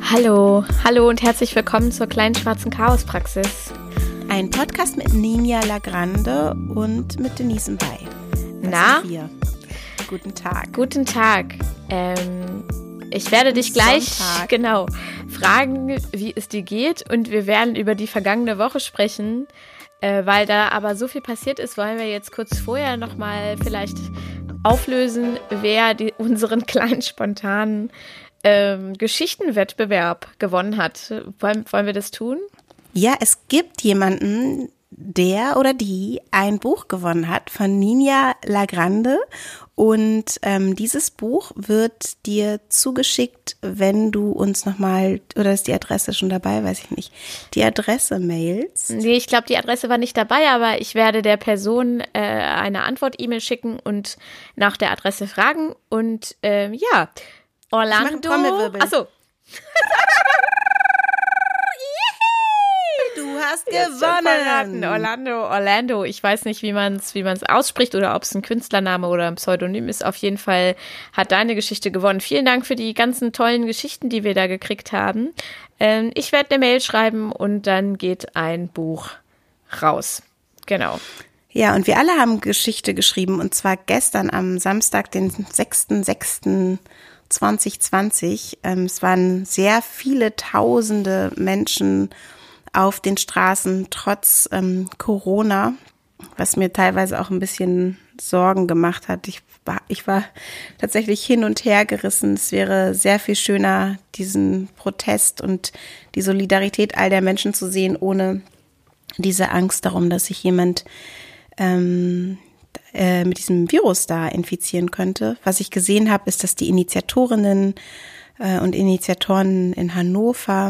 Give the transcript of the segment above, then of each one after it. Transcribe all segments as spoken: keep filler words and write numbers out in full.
Hallo, hallo und herzlich willkommen zur kleinen schwarzen Chaospraxis. Ein Podcast mit Ninja Lagrande und mit Denise Mbay. Das Na? sind wir. Guten Tag. Guten Tag. Ähm, ich werde dich gleich Sonntag. genau fragen, wie es dir geht, und wir werden über die vergangene Woche sprechen. Äh, weil da aber so viel passiert ist, wollen wir jetzt kurz vorher nochmal vielleicht auflösen, wer die, unseren kleinen spontanen ähm, Geschichtenwettbewerb gewonnen hat. Wollen, wollen wir das tun? Ja, es gibt jemanden, der oder die ein Buch gewonnen hat von Ninja Lagrande. Und ähm, dieses Buch wird dir zugeschickt, wenn du uns nochmal, oder ist die Adresse schon dabei, weiß ich nicht, die Adresse mailst. Nee, ich glaube, die Adresse war nicht dabei, aber ich werde der Person äh, eine Antwort-E-Mail schicken und nach der Adresse fragen. Und ähm, ja, Orlando. Ich mache einen Trommelwirbel. Achso. Du hast Jetzt schon verraten. gewonnen. Orlando, Orlando. Ich weiß nicht, wie man es wie man's ausspricht oder ob es ein Künstlername oder ein Pseudonym ist. Auf jeden Fall hat deine Geschichte gewonnen. Vielen Dank für die ganzen tollen Geschichten, die wir da gekriegt haben. Ähm, ich werde eine Mail schreiben und dann geht ein Buch raus. Genau. Ja, und wir alle haben Geschichte geschrieben, und zwar gestern am Samstag, den sechster sechster zweitausendzwanzig. Ähm, es waren sehr viele tausende Menschen auf den Straßen, trotz ähm, Corona, was mir teilweise auch ein bisschen Sorgen gemacht hat. Ich war, ich war tatsächlich hin und her gerissen. Es wäre sehr viel schöner, diesen Protest und die Solidarität all der Menschen zu sehen, ohne diese Angst darum, dass sich jemand ähm, äh, mit diesem Virus da infizieren könnte. Was ich gesehen habe, ist, dass die Initiatorinnen äh, und Initiatoren in Hannover,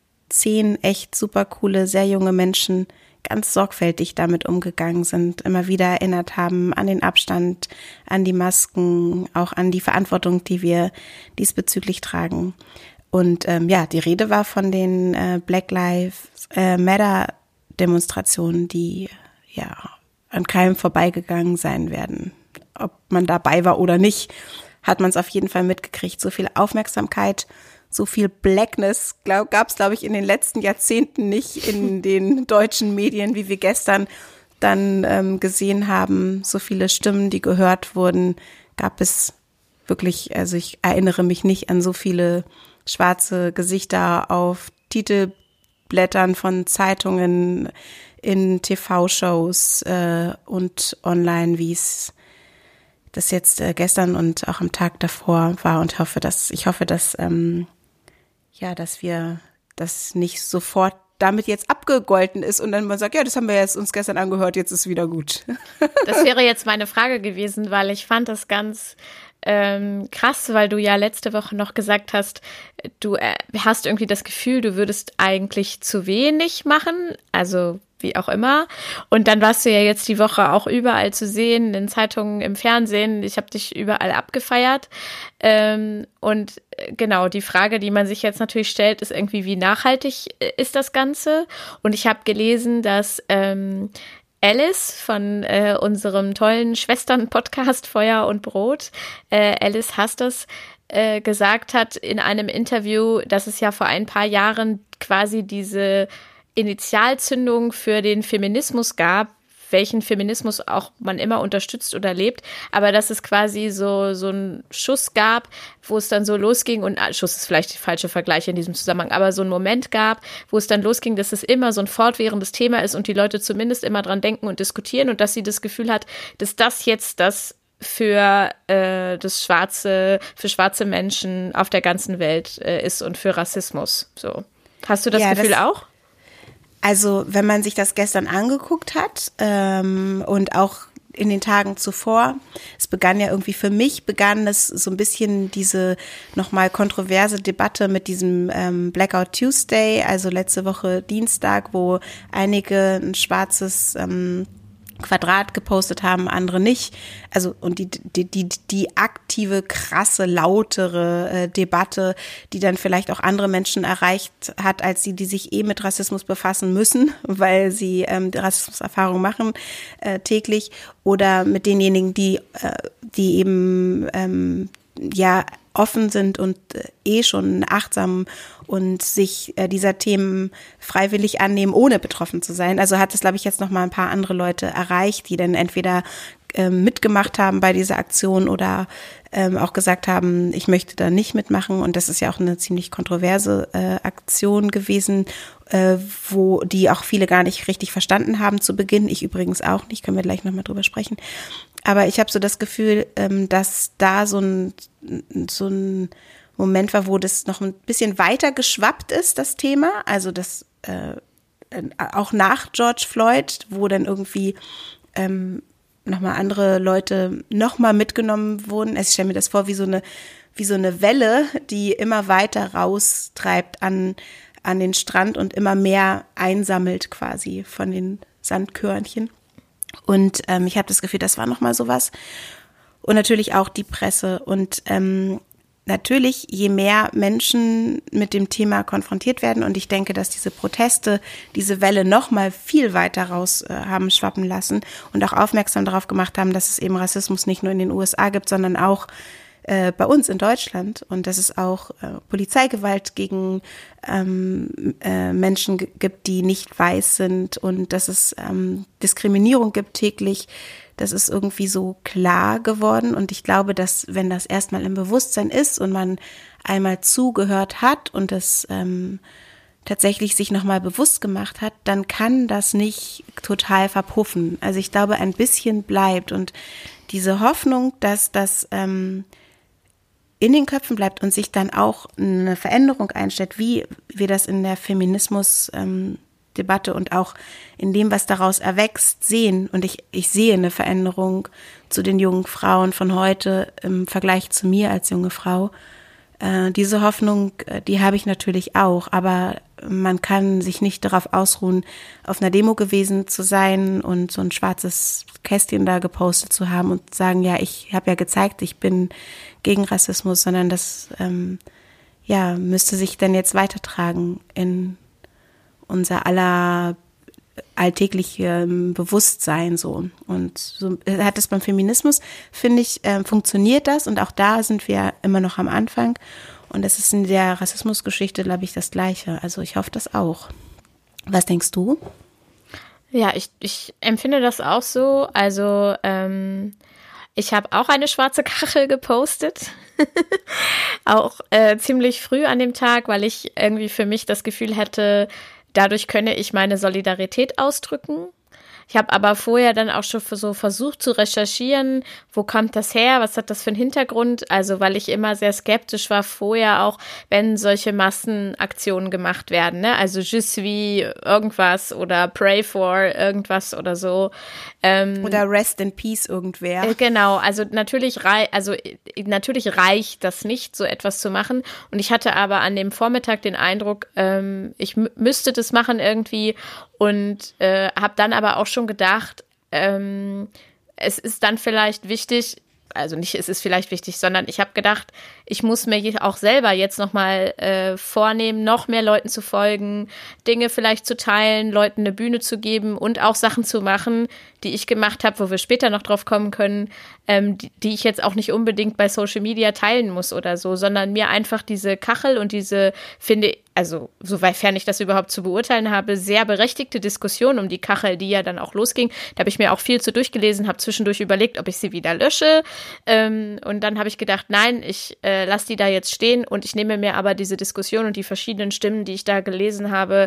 zehn echt super coole, sehr junge Menschen, ganz sorgfältig damit umgegangen sind, immer wieder erinnert haben an den Abstand, an die Masken, auch an die Verantwortung, die wir diesbezüglich tragen. Und ähm, ja, die Rede war von den äh, Black Lives äh, Matter Demonstrationen, die ja an keinem vorbeigegangen sein werden. Ob man dabei war oder nicht, hat man es auf jeden Fall mitgekriegt. So viel Aufmerksamkeit, so viel Blackness gab es, glaube ich, in den letzten Jahrzehnten nicht in den deutschen Medien, wie wir gestern dann ähm, gesehen haben. So viele Stimmen, die gehört wurden, gab es wirklich, also ich erinnere mich nicht an so viele schwarze Gesichter auf Titelblättern von Zeitungen, in T V-Shows äh, und online, wie es das jetzt äh, gestern und auch am Tag davor war, und hoffe, dass ich hoffe, dass ähm, ja, dass wir das nicht sofort damit jetzt abgegolten ist und dann man sagt, ja, das haben wir jetzt uns gestern angehört, jetzt ist wieder gut. Das wäre jetzt meine Frage gewesen, weil ich fand das ganz ähm, krass, weil du ja letzte Woche noch gesagt hast, du äh, hast irgendwie das Gefühl, du würdest eigentlich zu wenig machen, also wie auch immer. Und dann warst du ja jetzt die Woche auch überall zu sehen, in Zeitungen, im Fernsehen. Ich habe dich überall abgefeiert. Ähm, und genau, die Frage, die man sich jetzt natürlich stellt, ist irgendwie, wie nachhaltig ist das Ganze? Und ich habe gelesen, dass ähm, Alice von äh, unserem tollen Schwestern-Podcast Feuer und Brot, äh, Alice Hastes, äh, gesagt hat in einem Interview, dass es ja vor ein paar Jahren quasi diese Initialzündung für den Feminismus gab, welchen Feminismus auch man immer unterstützt oder lebt, aber dass es quasi so so einen Schuss gab, wo es dann so losging, und Schuss ist vielleicht der falsche Vergleich in diesem Zusammenhang, aber so einen Moment gab, wo es dann losging, dass es immer so ein fortwährendes Thema ist und die Leute zumindest immer dran denken und diskutieren, und dass sie das Gefühl hat, dass das jetzt das für äh, das schwarze, für schwarze Menschen auf der ganzen Welt äh, ist und für Rassismus. So. Hast du das Ja, Gefühl das auch? Also wenn man sich das gestern angeguckt hat ähm, und auch in den Tagen zuvor, es begann ja irgendwie, für mich begann es so ein bisschen diese nochmal kontroverse Debatte mit diesem ähm, Blackout Tuesday, also letzte Woche Dienstag, wo einige ein schwarzes ähm, Quadrat gepostet haben, andere nicht. Also und die die die die aktive, krasse, lautere äh, Debatte, die dann vielleicht auch andere Menschen erreicht hat, als die, die sich eh mit Rassismus befassen müssen, weil sie ähm, Rassismuserfahrung machen äh, täglich, oder mit denjenigen, die äh, die eben ähm, ja offen sind und äh, eh schon achtsam und sich äh, dieser Themen freiwillig annehmen, ohne betroffen zu sein. Also hat es, glaube ich, jetzt noch mal ein paar andere Leute erreicht, die dann entweder ähm, mitgemacht haben bei dieser Aktion oder ähm, auch gesagt haben, ich möchte da nicht mitmachen. Und das ist ja auch eine ziemlich kontroverse äh, Aktion gewesen, äh, wo die auch viele gar nicht richtig verstanden haben zu Beginn. Ich übrigens auch nicht, können wir gleich nochmal drüber sprechen. Aber ich habe so das Gefühl, ähm, dass da so ein, so ein Moment war, wo das noch ein bisschen weiter geschwappt ist, das Thema. Also das äh, auch nach George Floyd, wo dann irgendwie ähm, nochmal andere Leute nochmal mitgenommen wurden. Also ich stelle mir das vor wie so eine, wie so eine Welle, die immer weiter raustreibt an, an den Strand und immer mehr einsammelt quasi von den Sandkörnchen. Und ähm, ich habe das Gefühl, das war nochmal sowas. Und natürlich auch die Presse. Und ähm, natürlich, je mehr Menschen mit dem Thema konfrontiert werden, und ich denke, dass diese Proteste diese Welle noch mal viel weiter raus äh, haben schwappen lassen und auch aufmerksam darauf gemacht haben, dass es eben Rassismus nicht nur in den U S A gibt, sondern auch äh, bei uns in Deutschland und dass es auch äh, Polizeigewalt gegen ähm, äh, Menschen g- gibt, die nicht weiß sind und dass es ähm, Diskriminierung gibt täglich. Das ist irgendwie so klar geworden und ich glaube, dass wenn das erstmal im Bewusstsein ist und man einmal zugehört hat und das ähm, tatsächlich sich nochmal bewusst gemacht hat, dann kann das nicht total verpuffen. Also ich glaube, ein bisschen bleibt und diese Hoffnung, dass das ähm, in den Köpfen bleibt und sich dann auch eine Veränderung einstellt, wie wir das in der Feminismus ähm, Debatte und auch in dem, was daraus erwächst, sehen. Und ich, ich sehe eine Veränderung zu den jungen Frauen von heute im Vergleich zu mir als junge Frau. Äh, diese Hoffnung, die habe ich natürlich auch, aber man kann sich nicht darauf ausruhen, auf einer Demo gewesen zu sein und so ein schwarzes Kästchen da gepostet zu haben und sagen, ja, ich habe ja gezeigt, ich bin gegen Rassismus, sondern das ähm, ja, müsste sich dann jetzt weitertragen in unser aller alltäglichem Bewusstsein so. Und so hat es beim Feminismus, finde ich, äh, funktioniert das und auch da sind wir immer noch am Anfang und das ist in der Rassismusgeschichte, glaube ich, das Gleiche. Also ich hoffe das auch. Was denkst du? Ja, ich, ich empfinde das auch so. Also ähm, ich habe auch eine schwarze Kachel gepostet. Auch äh, ziemlich früh an dem Tag, weil ich irgendwie für mich das Gefühl hätte, dadurch könne ich meine Solidarität ausdrücken. Ich habe aber vorher dann auch schon so versucht zu recherchieren, wo kommt das her, was hat das für einen Hintergrund, also weil ich immer sehr skeptisch war vorher auch, wenn solche Massenaktionen gemacht werden, ne? Also Je suis irgendwas oder Pray for irgendwas oder so. Ähm, oder Rest in Peace irgendwer. Äh, genau, also natürlich, rei- also natürlich reicht das nicht, so etwas zu machen und ich hatte aber an dem Vormittag den Eindruck, ähm, ich m- müsste das machen irgendwie und äh, habe dann aber auch schon gedacht, ähm, es ist dann vielleicht wichtig, also nicht es ist vielleicht wichtig, sondern ich habe gedacht, ich muss mir auch selber jetzt nochmal äh, vornehmen, noch mehr Leuten zu folgen, Dinge vielleicht zu teilen, Leuten eine Bühne zu geben und auch Sachen zu machen, die ich gemacht habe, wo wir später noch drauf kommen können, ähm, die, die ich jetzt auch nicht unbedingt bei Social Media teilen muss oder so, sondern mir einfach diese Kachel und diese, finde also soweit ich das überhaupt zu beurteilen habe, sehr berechtigte Diskussion um die Kachel, die ja dann auch losging. Da habe ich mir auch viel zu durchgelesen, habe zwischendurch überlegt, ob ich sie wieder lösche. Ähm, und dann habe ich gedacht, nein, ich äh, lasse die da jetzt stehen und ich nehme mir aber diese Diskussion und die verschiedenen Stimmen, die ich da gelesen habe,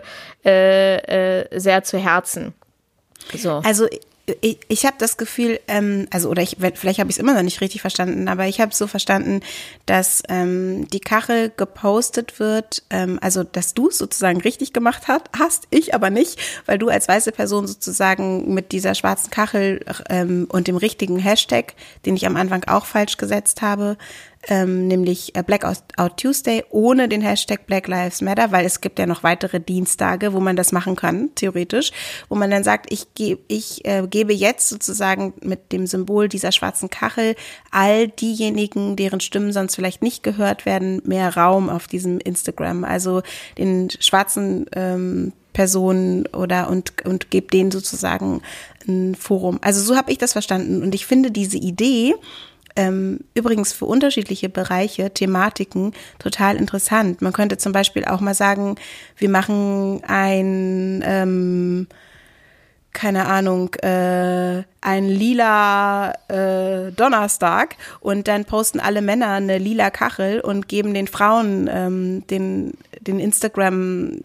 äh, äh, sehr zu Herzen. So. Also ich, ich habe das Gefühl, ähm, also oder ich vielleicht habe ich es immer noch nicht richtig verstanden, aber ich habe so verstanden, dass ähm, die Kachel gepostet wird, ähm, also dass du es sozusagen richtig gemacht hat, hast, ich aber nicht, weil du als weiße Person sozusagen mit dieser schwarzen Kachel ähm, und dem richtigen Hashtag, den ich am Anfang auch falsch gesetzt habe, Ähm, nämlich Blackout Tuesday ohne den Hashtag Black Lives Matter, weil es gibt ja noch weitere Dienstage, wo man das machen kann, theoretisch, wo man dann sagt, ich, ge- ich äh, gebe jetzt sozusagen mit dem Symbol dieser schwarzen Kachel all diejenigen, deren Stimmen sonst vielleicht nicht gehört werden, mehr Raum auf diesem Instagram, also den schwarzen ähm, Personen oder und und gebe denen sozusagen ein Forum. Also so habe ich das verstanden und ich finde diese Idee ähm, übrigens für unterschiedliche Bereiche, Thematiken total interessant. Man könnte zum Beispiel auch mal sagen, wir machen ein, ähm, keine Ahnung, äh, ein lila äh, Donnerstag und dann posten alle Männer eine lila Kachel und geben den Frauen ähm, den, den Instagram-Rahmen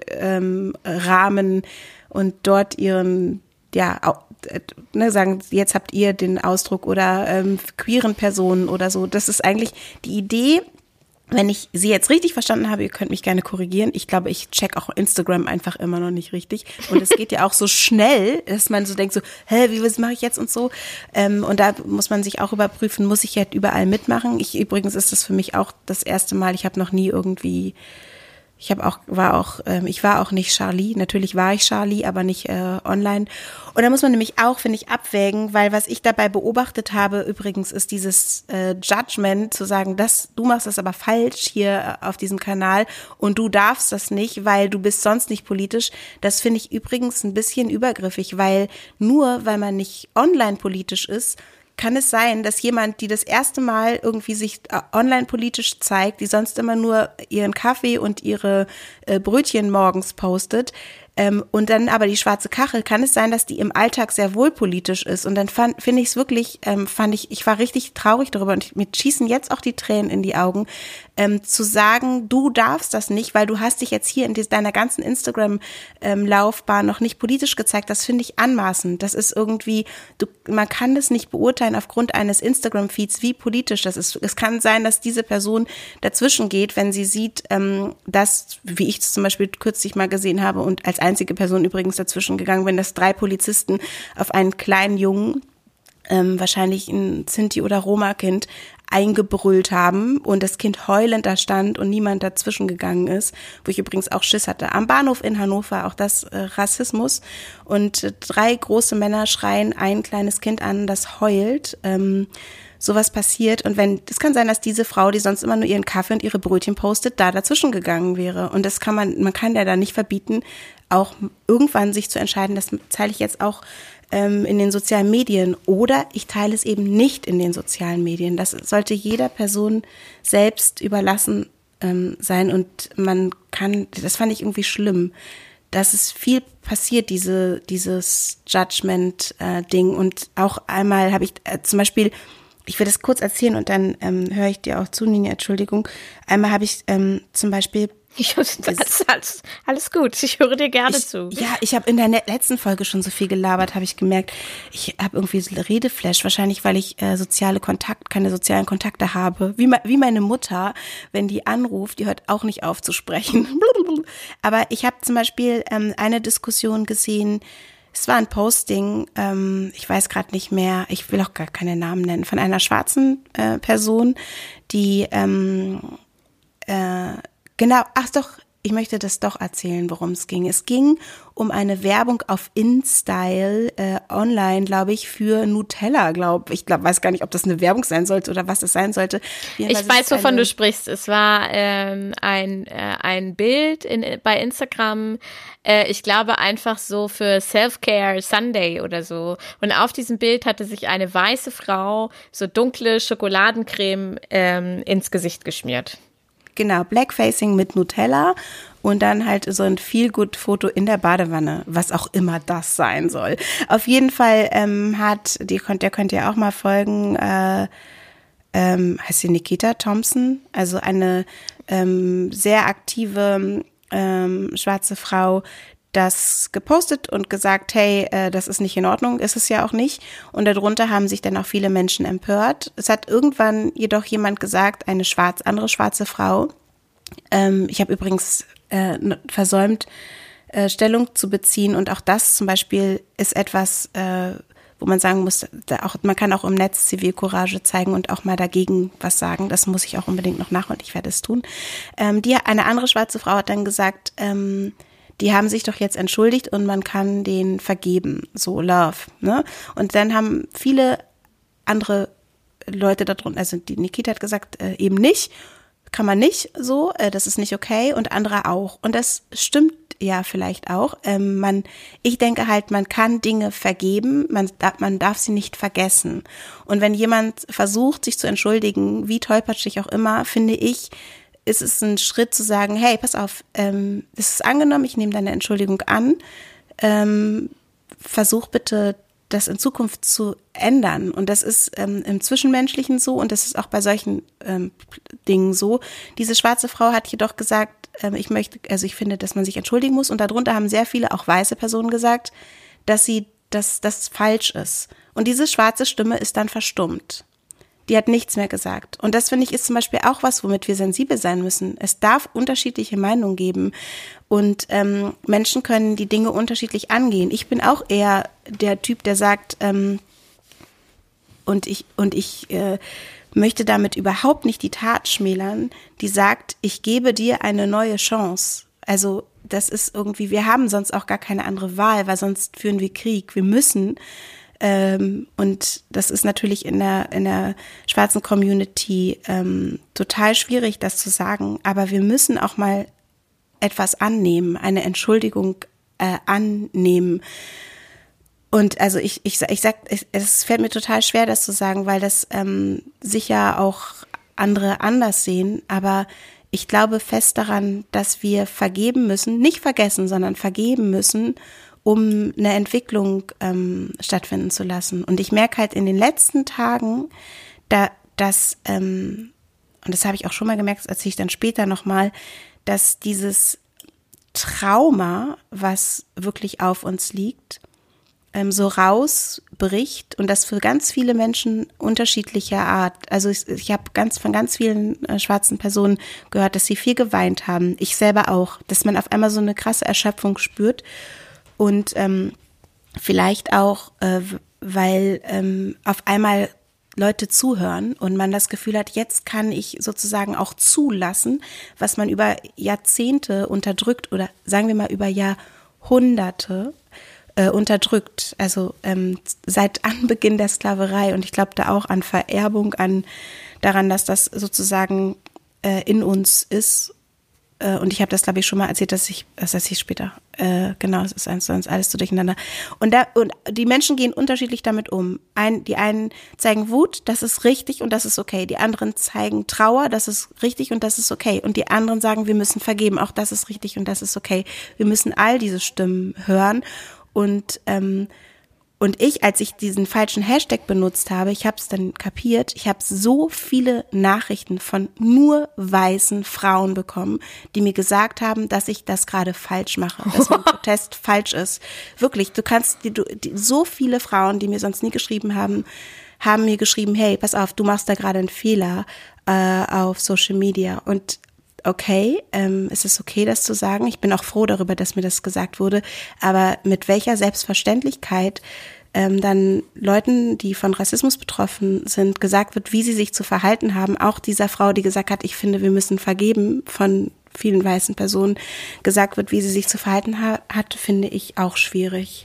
ähm, und dort ihren, ja, äh, ne, sagen, jetzt habt ihr den Ausdruck oder ähm, queeren Personen oder so. Das ist eigentlich die Idee. Wenn ich sie jetzt richtig verstanden habe, ihr könnt mich gerne korrigieren. Ich glaube, ich check auch Instagram einfach immer noch nicht richtig. Und es geht ja auch so schnell, dass man so denkt so, hä, wie, was mache ich jetzt und so. Ähm, und da muss man sich auch überprüfen, muss ich jetzt überall mitmachen? Ich, übrigens ist das für mich auch das erste Mal, ich habe noch nie irgendwie, ich habe auch, war auch, ähm, ich war auch nicht Charlie. Natürlich war ich Charlie, aber nicht äh, online. Und da muss man nämlich auch, finde ich, abwägen, weil was ich dabei beobachtet habe, übrigens, ist dieses äh, Judgment, zu sagen, das, du machst das aber falsch hier auf diesem Kanal und du darfst das nicht, weil du bist sonst nicht politisch. Das finde ich übrigens ein bisschen übergriffig, weil nur, weil man nicht online politisch ist, kann es sein, dass jemand, die das erste Mal irgendwie sich online politisch zeigt, die sonst immer nur ihren Kaffee und ihre äh, Brötchen morgens postet, ähm, und dann aber die schwarze Kachel, kann es sein, dass die im Alltag sehr wohl politisch ist. Und dann fand, finde ich es wirklich, ähm, fand ich, ich war richtig traurig darüber und mir schießen jetzt auch die Tränen in die Augen, ähm, zu sagen, du darfst das nicht, weil du hast dich jetzt hier in deiner ganzen Instagram-Laufbahn noch nicht politisch gezeigt. Das finde ich anmaßend. Das ist irgendwie, du, man kann das nicht beurteilen aufgrund eines Instagram-Feeds, wie politisch das ist. Es kann sein, dass diese Person dazwischen geht, wenn sie sieht, ähm, dass, wie ich es zum Beispiel kürzlich mal gesehen habe und als einzige Person übrigens dazwischen gegangen bin, dass drei Polizisten auf einen kleinen Jungen, ähm, wahrscheinlich ein Sinti- oder Roma-Kind, eingebrüllt haben und das Kind heulend da stand und niemand dazwischen gegangen ist, wo ich übrigens auch Schiss hatte. Am Bahnhof in Hannover, auch das äh, Rassismus, und äh, drei große Männer schreien ein kleines Kind an, das heult. Ähm, sowas passiert und wenn, das kann sein, dass diese Frau, die sonst immer nur ihren Kaffee und ihre Brötchen postet, da dazwischen gegangen wäre und das kann man, man kann ja da nicht verbieten, auch irgendwann sich zu entscheiden, das teile ich jetzt auch ähm, in den sozialen Medien oder ich teile es eben nicht in den sozialen Medien. Das sollte jeder Person selbst überlassen ähm, sein und man kann, das fand ich irgendwie schlimm, dass es viel passiert, diese dieses Judgment-Ding äh, und auch einmal habe ich äh, zum Beispiel, ich will das kurz erzählen und dann ähm, höre ich dir auch zu, Nini, Entschuldigung. Einmal habe ich ähm, zum Beispiel Ich, alles, alles, alles gut, ich höre dir gerne ich, zu. Ja, ich habe in der letzten Folge schon so viel gelabert, habe ich gemerkt. Ich habe irgendwie so Redeflash, wahrscheinlich, weil ich äh, soziale Kontakt, keine sozialen Kontakte habe. Wie, wie meine Mutter, wenn die anruft, die hört auch nicht auf zu sprechen. Aber ich habe zum Beispiel ähm, eine Diskussion gesehen, es war ein Posting, ähm, ich weiß gerade nicht mehr, ich will auch gar keine Namen nennen, von einer schwarzen äh, Person, die ähm, äh, Genau, ach doch, ich möchte das doch erzählen, worum es ging. Es ging um eine Werbung auf InStyle äh, online, glaube ich, für Nutella, glaube ich. Ich glaube, weiß gar nicht, ob das eine Werbung sein sollte oder was es sein sollte. Ich weiß, wovon du sprichst. Es war ähm, ein äh, ein Bild in, bei Instagram, äh, ich glaube einfach so für Self-Care Sunday oder so. Und auf diesem Bild hatte sich eine weiße Frau so dunkle Schokoladencreme ähm, ins Gesicht geschmiert. Genau, Blackfacing mit Nutella und dann halt so ein Feel-Good-Foto in der Badewanne, was auch immer das sein soll. Auf jeden Fall ähm, hat, die könnt, der könnt ihr auch mal folgen, äh, ähm, heißt sie Nikita Thompson, also eine ähm, sehr aktive ähm, schwarze Frau, das gepostet und gesagt, hey, äh, das ist nicht in Ordnung, ist es ja auch nicht. Und darunter haben sich dann auch viele Menschen empört. Es hat irgendwann jedoch jemand gesagt, eine schwarz, andere schwarze Frau. Ähm, ich habe übrigens äh, versäumt, äh, Stellung zu beziehen. Und auch das zum Beispiel ist etwas, äh, wo man sagen muss, da auch, man kann auch im Netz Zivilcourage zeigen und auch mal dagegen was sagen. Das muss ich auch unbedingt noch nach und ich werde es tun. Ähm, die, eine andere schwarze Frau hat dann gesagt, ähm, die haben sich doch jetzt entschuldigt und man kann denen vergeben, so Love, ne? Und dann haben viele andere Leute da drunter, also die Nikita hat gesagt, äh, eben nicht, kann man nicht so, äh, das ist nicht okay und andere auch. Und das stimmt ja vielleicht auch. Ähm, man, ich denke halt, man kann Dinge vergeben, man, man darf sie nicht vergessen. Und wenn jemand versucht, sich zu entschuldigen, wie tollpatschig auch immer, finde ich, ist es ein Schritt zu sagen, hey, pass auf, ähm, das ist angenommen, ich nehme deine Entschuldigung an, ähm, versuch bitte, das in Zukunft zu ändern. Und das ist ähm, im Zwischenmenschlichen so und das ist auch bei solchen ähm, Dingen so. Diese schwarze Frau hat jedoch gesagt, ähm, ich möchte, also ich finde, dass man sich entschuldigen muss. Und darunter haben sehr viele, auch weiße Personen gesagt, dass sie, dass das falsch ist. Und diese schwarze Stimme ist dann verstummt. Die hat nichts mehr gesagt. Und das, finde ich, ist zum Beispiel auch was, womit wir sensibel sein müssen. Es darf unterschiedliche Meinungen geben und ähm, Menschen können die Dinge unterschiedlich angehen. Ich bin auch eher der Typ, der sagt, ähm, und ich, und ich äh, möchte damit überhaupt nicht die Tat schmälern, die sagt, ich gebe dir eine neue Chance. Also das ist irgendwie, wir haben sonst auch gar keine andere Wahl, weil sonst führen wir Krieg. Wir müssen Ähm, und das ist natürlich in der, in der schwarzen Community ähm, total schwierig, das zu sagen. Aber wir müssen auch mal etwas annehmen, eine Entschuldigung äh, annehmen. Und also ich, ich, ich sag, ich, es fällt mir total schwer, das zu sagen, weil das ähm, sicher auch andere anders sehen. Aber ich glaube fest daran, dass wir vergeben müssen, nicht vergessen, sondern vergeben müssen, um eine Entwicklung ähm, stattfinden zu lassen. Und ich merke halt in den letzten Tagen, da, dass, ähm, und das habe ich auch schon mal gemerkt, als ich dann später nochmal, dass dieses Trauma, was wirklich auf uns liegt, ähm, so rausbricht und das für ganz viele Menschen unterschiedlicher Art. Also ich, ich habe ganz von ganz vielen äh, schwarzen Personen gehört, dass sie viel geweint haben. Ich selber auch, dass man auf einmal so eine krasse Erschöpfung spürt. Und ähm, vielleicht auch, äh, weil ähm, auf einmal Leute zuhören und man das Gefühl hat, jetzt kann ich sozusagen auch zulassen, was man über Jahrzehnte unterdrückt oder sagen wir mal über Jahrhunderte äh, unterdrückt. Also ähm, seit Anbeginn der Sklaverei und ich glaube da auch an Vererbung, an daran, dass das sozusagen äh, in uns ist. Und ich habe das, glaube ich, schon mal erzählt, dass ich, das erzähle ich später, äh, genau, es ist eins zu eins, alles so durcheinander. Und, da, und die Menschen gehen unterschiedlich damit um. Ein, die einen zeigen Wut, das ist richtig und das ist okay. Die anderen zeigen Trauer, das ist richtig und das ist okay. Und die anderen sagen, wir müssen vergeben, auch das ist richtig und das ist okay. Wir müssen all diese Stimmen hören. Und ähm, Und ich, als ich diesen falschen Hashtag benutzt habe, ich habe es dann kapiert, ich habe so viele Nachrichten von nur weißen Frauen bekommen, die mir gesagt haben, dass ich das gerade falsch mache, dass mein Protest falsch ist. Wirklich, du kannst, die, du, die, so viele Frauen, die mir sonst nie geschrieben haben, haben mir geschrieben, hey, pass auf, du machst da gerade einen Fehler äh, auf Social Media. Und okay, ähm, es ist okay, das zu sagen. Ich bin auch froh darüber, dass mir das gesagt wurde. Aber mit welcher Selbstverständlichkeit ähm, dann Leuten, die von Rassismus betroffen sind, gesagt wird, wie sie sich zu verhalten haben. Auch dieser Frau, die gesagt hat, ich finde, wir müssen vergeben, von vielen weißen Personen gesagt wird, wie sie sich zu verhalten ha- hat, finde ich auch schwierig.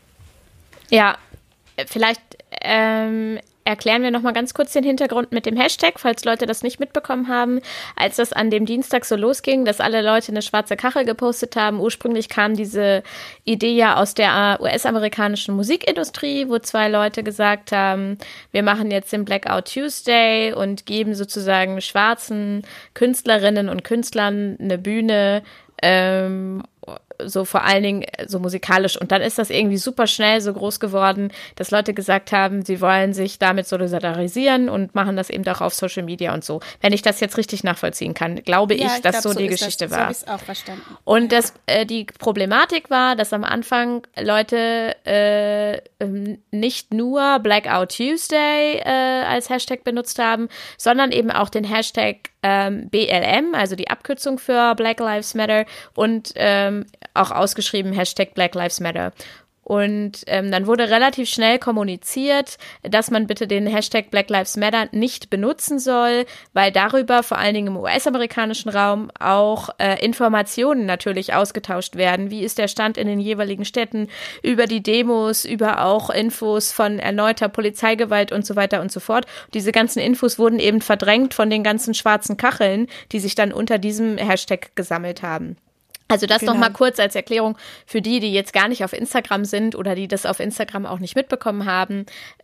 Ja, vielleicht ähm, erklären wir noch mal ganz kurz den Hintergrund mit dem Hashtag, falls Leute das nicht mitbekommen haben. Als das an dem Dienstag so losging, dass alle Leute eine schwarze Kachel gepostet haben, ursprünglich kam diese Idee ja aus der U S-amerikanischen Musikindustrie, wo zwei Leute gesagt haben, wir machen jetzt den Blackout Tuesday und geben sozusagen schwarzen Künstlerinnen und Künstlern eine Bühne, ähm, so vor allen Dingen so musikalisch. Und dann ist das irgendwie super schnell so groß geworden, dass Leute gesagt haben, sie wollen sich damit solidarisieren und machen das eben auch auf Social Media und so. Wenn ich das jetzt richtig nachvollziehen kann, glaube ja, ich, ich, dass glaub, so, so die Geschichte das. war. So habe ich es auch verstanden. Und das, äh, die Problematik war, dass am Anfang Leute äh, nicht nur Blackout Tuesday äh, als Hashtag benutzt haben, sondern eben auch den Hashtag ähm, B L M, also die Abkürzung für Black Lives Matter und ähm, auch ausgeschrieben Hashtag Black Lives Matter. Und ähm, dann wurde relativ schnell kommuniziert, dass man bitte den Hashtag Black Lives Matter nicht benutzen soll, weil darüber vor allen Dingen im U S-amerikanischen Raum auch äh, Informationen natürlich ausgetauscht werden. Wie ist der Stand in den jeweiligen Städten über die Demos, über auch Infos von erneuter Polizeigewalt und so weiter und so fort. Diese ganzen Infos wurden eben verdrängt von den ganzen schwarzen Kacheln, die sich dann unter diesem Hashtag gesammelt haben. Also das Genau. noch mal kurz als Erklärung für die, die jetzt gar nicht auf Instagram sind oder die das auf Instagram auch nicht mitbekommen haben.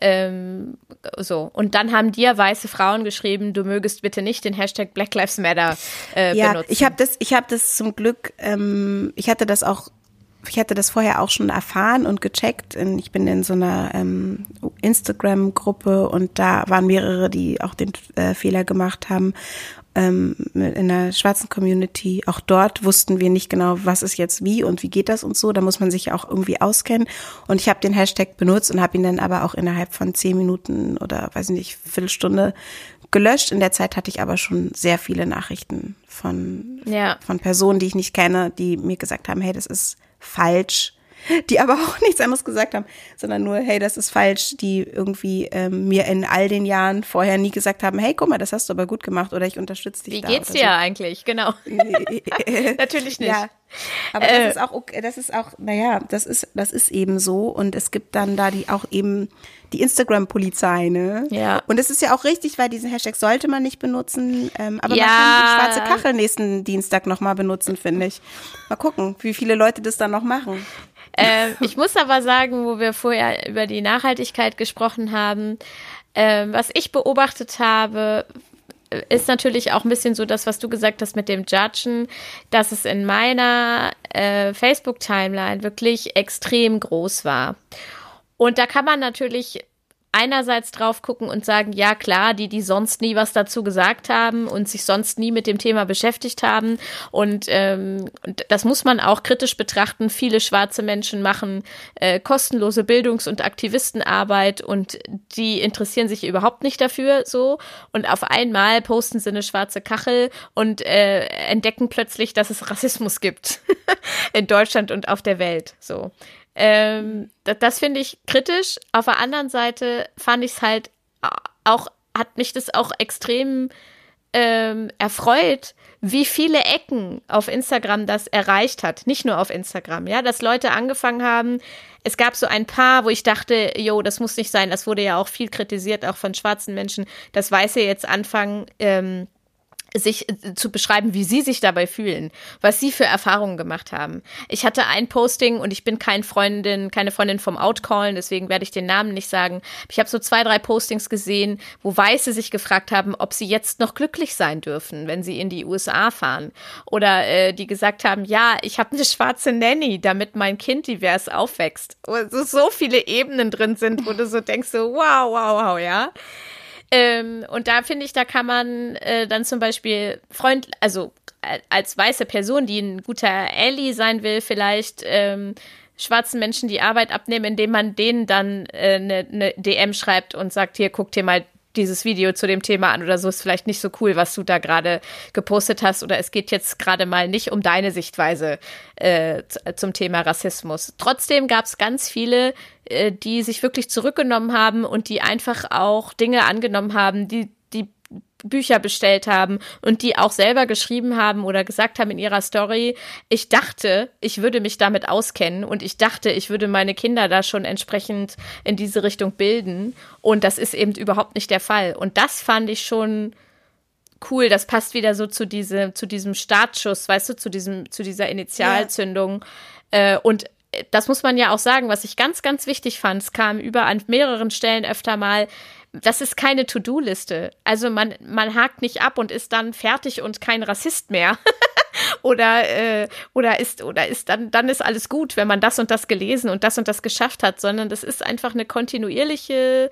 Ähm, so. Und dann haben dir weiße Frauen geschrieben, du mögest bitte nicht den Hashtag Black Lives Matter äh, ja, benutzen. ich habe das, ich habe das zum Glück, ähm, ich hatte das auch, ich hatte das vorher auch schon erfahren und gecheckt. Ich bin in so einer ähm, Instagram-Gruppe und da waren mehrere, die auch den äh, Fehler gemacht haben. Ähm, in der schwarzen Community, auch dort wussten wir nicht genau, was ist jetzt wie und wie geht das und so, da muss man sich ja auch irgendwie auskennen und ich habe den Hashtag benutzt und habe ihn dann aber auch innerhalb von zehn Minuten oder weiß ich nicht, Viertelstunde gelöscht. In der Zeit hatte ich aber schon sehr viele Nachrichten von, ja. von Personen, die ich nicht kenne, die mir gesagt haben, hey, das ist falsch, die aber auch nichts anderes gesagt haben, sondern nur, hey, das ist falsch, die irgendwie ähm, mir in all den Jahren vorher nie gesagt haben, hey, guck mal, das hast du aber gut gemacht oder ich unterstütze dich Wie da. geht's dir so. eigentlich? Genau. Natürlich nicht. Ja, aber Äh, das ist auch, okay, das ist auch, naja, das ist, das ist eben so und es gibt dann da die auch eben die Instagram-Polizei, ne? Ja. Und es ist ja auch richtig, weil diesen Hashtag sollte man nicht benutzen, ähm, aber Ja. man kann die schwarze Kachel nächsten Dienstag nochmal benutzen, finde ich. Mal gucken, wie viele Leute das dann noch machen. Ähm, ich muss aber sagen, wo wir vorher über die Nachhaltigkeit gesprochen haben, ähm, was ich beobachtet habe, ist natürlich auch ein bisschen so das, was du gesagt hast mit dem Judgen, dass es in meiner äh, Facebook-Timeline wirklich extrem groß war. Und da kann man natürlich einerseits drauf gucken und sagen, ja klar, die, die sonst nie was dazu gesagt haben und sich sonst nie mit dem Thema beschäftigt haben und, ähm, und das muss man auch kritisch betrachten. Viele schwarze Menschen machen äh, kostenlose Bildungs- und Aktivistenarbeit und die interessieren sich überhaupt nicht dafür so und auf einmal posten sie eine schwarze Kachel und äh, entdecken plötzlich, dass es Rassismus gibt in Deutschland und auf der Welt, so. Ähm, das, das finde ich kritisch. Auf der anderen Seite fand ich es halt auch, hat mich das auch extrem ähm, erfreut, wie viele Ecken auf Instagram das erreicht hat. Nicht nur auf Instagram, ja, dass Leute angefangen haben. Es gab so ein paar, wo ich dachte, jo, das muss nicht sein. Das wurde ja auch viel kritisiert, auch von schwarzen Menschen, dass Weiße jetzt anfangen, ähm, sich zu beschreiben, wie sie sich dabei fühlen, was sie für Erfahrungen gemacht haben. Ich hatte ein Posting und ich bin kein Freundin, keine Freundin vom Outcallen, deswegen werde ich den Namen nicht sagen. Ich habe so zwei, drei Postings gesehen, wo Weiße sich gefragt haben, ob sie jetzt noch glücklich sein dürfen, wenn sie in die U S A fahren. Oder äh, die gesagt haben, ja, ich habe eine schwarze Nanny, damit mein Kind divers aufwächst. Wo so viele Ebenen drin sind, wo du so denkst, so wow, wow, wow, ja. Ähm, und da finde ich, da kann man äh, dann zum Beispiel Freund, also äh, als weiße Person, die ein guter Ally sein will, vielleicht ähm, schwarzen Menschen die Arbeit abnehmen, indem man denen dann eine äh, ne D M schreibt und sagt, hier, guck dir mal dieses Video zu dem Thema an oder so, ist vielleicht nicht so cool, was du da gerade gepostet hast oder es geht jetzt gerade mal nicht um deine Sichtweise äh, zum Thema Rassismus. Trotzdem gab es ganz viele, äh, die sich wirklich zurückgenommen haben und die einfach auch Dinge angenommen haben, die die Bücher bestellt haben und die auch selber geschrieben haben oder gesagt haben in ihrer Story, ich dachte, ich würde mich damit auskennen und ich dachte, ich würde meine Kinder da schon entsprechend in diese Richtung bilden und das ist eben überhaupt nicht der Fall. Und das fand ich schon cool, das passt wieder so zu, diese, zu diesem Startschuss, weißt du, zu, diesem, zu dieser Initialzündung ja. äh, und das muss man ja auch sagen, was ich ganz, ganz wichtig fand, es kam über an mehreren Stellen öfter mal, das ist keine To-Do-Liste. Also man, man hakt nicht ab und ist dann fertig und kein Rassist mehr. oder äh, oder ist oder ist dann dann ist alles gut, wenn man das und das gelesen und das und das geschafft hat, sondern das ist einfach eine kontinuierliche